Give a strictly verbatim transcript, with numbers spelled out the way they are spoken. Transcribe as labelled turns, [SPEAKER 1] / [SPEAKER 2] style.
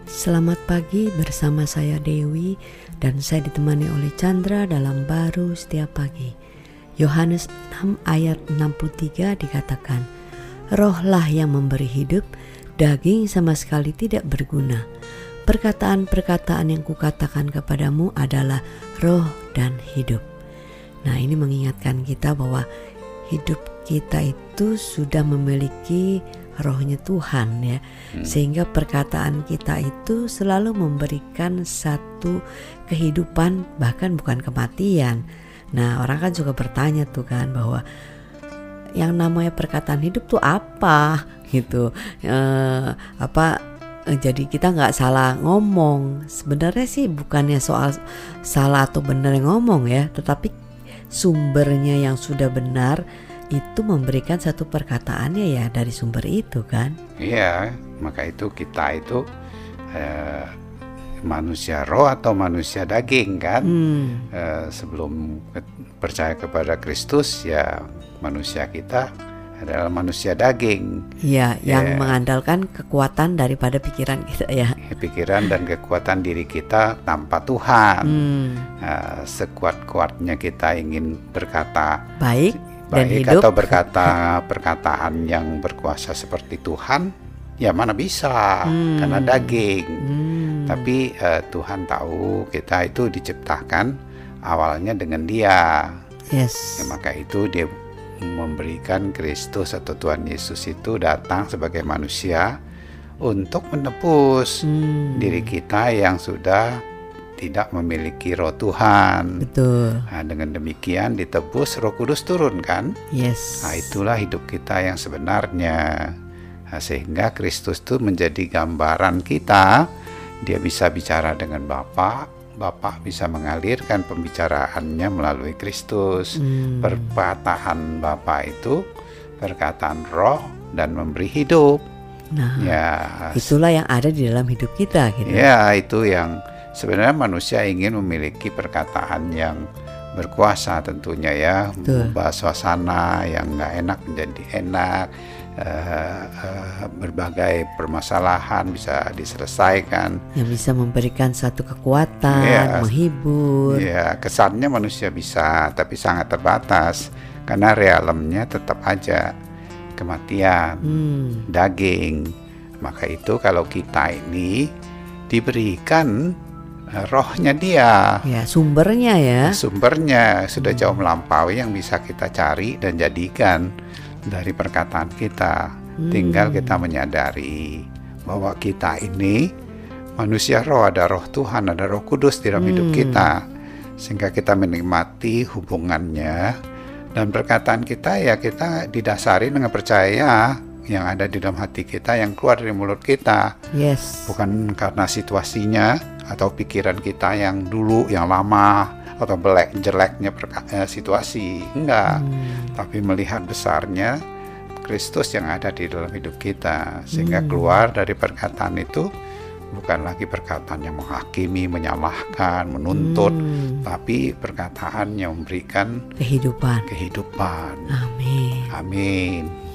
[SPEAKER 1] Selamat pagi, bersama saya Dewi dan saya ditemani oleh Chandra dalam Baru Setiap Pagi. Yohanes enam ayat enam puluh tiga dikatakan, Rohlah yang memberi hidup, daging sama sekali tidak berguna. Perkataan-perkataan yang kukatakan kepadamu adalah roh dan hidup. Nah, ini mengingatkan kita bahwa hidup kita itu sudah memiliki rohnya Tuhan ya, hmm. sehingga perkataan kita itu selalu memberikan satu kehidupan, bahkan bukan kematian. Nah, orang kan juga bertanya tuh kan bahwa yang namanya perkataan hidup tuh apa gitu, e, apa jadi kita nggak salah ngomong. Sebenarnya sih bukannya soal salah atau benar yang ngomong ya, tetapi sumbernya yang sudah benar itu memberikan satu perkataannya ya dari sumber itu kan.
[SPEAKER 2] Iya, maka itu kita itu eh, manusia roh atau manusia daging kan. hmm. eh, Sebelum percaya kepada Kristus ya manusia kita adalah manusia daging.
[SPEAKER 1] Iya, yang ya, mengandalkan kekuatan daripada pikiran kita ya.
[SPEAKER 2] Pikiran dan kekuatan diri kita tanpa Tuhan.
[SPEAKER 1] hmm.
[SPEAKER 2] eh, Sekuat-kuatnya kita ingin berkata
[SPEAKER 1] baik dan
[SPEAKER 2] baik
[SPEAKER 1] hidup,
[SPEAKER 2] atau berkata perkataan yang berkuasa seperti Tuhan, ya mana bisa, hmm. karena daging. hmm. Tapi uh, Tuhan tahu kita itu diciptakan awalnya dengan Dia.
[SPEAKER 1] Yes.
[SPEAKER 2] Ya, maka itu Dia memberikan Kristus atau Tuhan Yesus itu datang sebagai manusia untuk menebus hmm. diri kita yang sudah tidak memiliki roh Tuhan.
[SPEAKER 1] Betul.
[SPEAKER 2] Nah, dengan demikian ditebus, Roh Kudus turun kan?
[SPEAKER 1] Yes.
[SPEAKER 2] Nah, itulah hidup kita yang sebenarnya. Nah, sehingga Kristus itu menjadi gambaran kita. Dia bisa bicara dengan Bapa, Bapa bisa mengalirkan pembicaraannya melalui Kristus. Hmm. Perkataan Bapa itu perkataan roh dan memberi hidup.
[SPEAKER 1] Nah, ya, itulah yang ada di dalam hidup kita gitu.
[SPEAKER 2] Ya, itu yang sebenarnya manusia ingin memiliki perkataan yang berkuasa tentunya ya. Betul. Mengubah suasana yang gak enak menjadi enak, uh, uh, berbagai permasalahan bisa diselesaikan,
[SPEAKER 1] yang bisa memberikan satu kekuatan, ya, menghibur.
[SPEAKER 2] Ya, kesannya manusia bisa, tapi sangat terbatas karena realemnya tetap aja kematian, hmm. daging. Maka itu kalau kita ini diberikan rohnya Dia,
[SPEAKER 1] ya, sumbernya ya,
[SPEAKER 2] sumbernya sudah jauh melampaui yang bisa kita cari dan jadikan dari perkataan kita. hmm. Tinggal kita menyadari bahwa kita ini manusia roh, ada roh Tuhan, ada Roh Kudus di dalam hmm. hidup kita, sehingga kita menikmati hubungannya. Dan perkataan kita ya kita didasari dengan percaya yang ada di dalam hati kita, yang keluar dari mulut kita.
[SPEAKER 1] Yes.
[SPEAKER 2] Bukan karena situasinya atau pikiran kita yang dulu, yang lama, atau belek, jeleknya perka- eh, situasi. Enggak. Hmm. Tapi melihat besarnya Kristus yang ada di dalam hidup kita. Sehingga hmm. keluar dari perkataan itu bukan lagi perkataan yang menghakimi, menyalahkan, menuntut, hmm. tapi perkataan yang memberikan
[SPEAKER 1] kehidupan.
[SPEAKER 2] Kehidupan.
[SPEAKER 1] Amin.
[SPEAKER 2] Amin.